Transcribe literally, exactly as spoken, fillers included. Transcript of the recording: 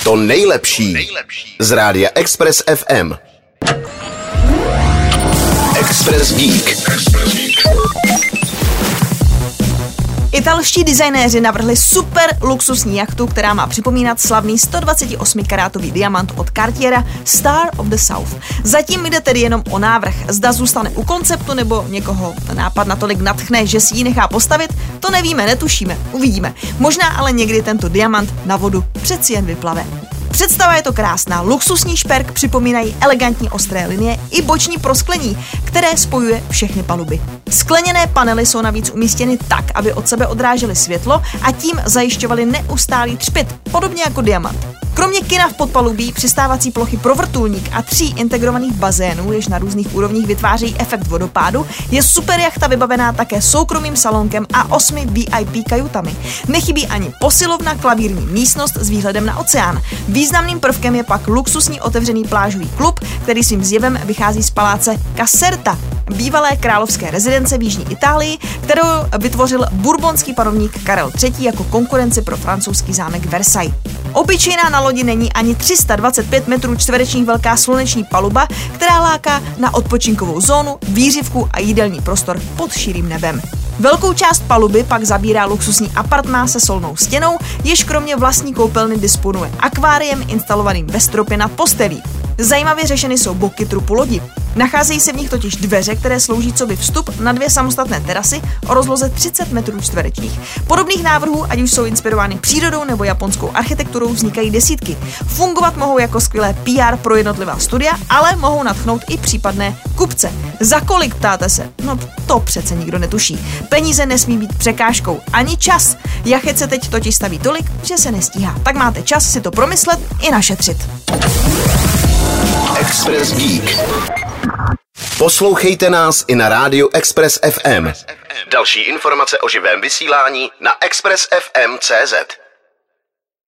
To nejlepší z rádia Express F M. Express Geek. Italští designéři navrhli super luxusní jachtu, která má připomínat slavný sto dvacet osm karátový diamant od Cartiera Star of the South. Zatím jde tedy jenom o návrh. Zda zůstane u konceptu nebo někoho nápad natolik nadchne, že si ji nechá postavit, to nevíme, netušíme, uvidíme. Možná ale někdy tento diamant na vodu přeci jen vyplave. Představa je to krásná, luxusní šperk připomínají elegantní ostré linie i boční prosklení, které spojuje všechny paluby. Skleněné panely jsou navíc umístěny tak, aby od sebe odrážely světlo a tím zajišťovaly neustálý třpyt, podobně jako diamant. Kromě kina v podpalubí, přistávací plochy pro vrtulník a tří integrovaných bazénů, jež na různých úrovních vytvářejí efekt vodopádu, je super jachta vybavená také soukromým salonkem a osmi V I P kajutami. Nechybí ani posilovna, klavírní místnost s výhledem na oceán. Významným prvkem je pak luxusní otevřený plážový klub, který svým zjevem vychází z paláce Caserta, bývalé královské rezidence v jižní Itálii, kterou vytvořil bourbonský panovník Karel třetí. Jako konkurenci pro francouzský zámek Versailles. Obyčejná na lodi není ani tři sta dvacet pět metrů čtverečních velká sluneční paluba, která láká na odpočinkovou zónu, výřivku a jídelní prostor pod širým nebem. Velkou část paluby pak zabírá luxusní apartmán se solnou stěnou, jež kromě vlastní koupelny disponuje akváriem instalovaným ve stropě nad postelí. Zajímavě řešeny jsou boky trupu lodi. Nacházejí se v nich totiž dveře, které slouží coby vstup na dvě samostatné terasy o rozloze třicet metrů čtverečních. Podobných návrhů, ať už jsou inspirovány přírodou nebo japonskou architekturou, vznikají desítky. Fungovat mohou jako skvělé P R pro jednotlivá studia, ale mohou nadchnout i případné kupce. Za kolik, ptáte se? No to přece nikdo netuší. Peníze nesmí být překážkou, ani čas. Jachet se teď totiž staví tolik, že se nestíhá. Tak máte čas si to promyslet i našetřit. Express Geek. Poslouchejte nás i na rádiu Express F M. Další informace o živém vysílání na express f m tečka cé zet.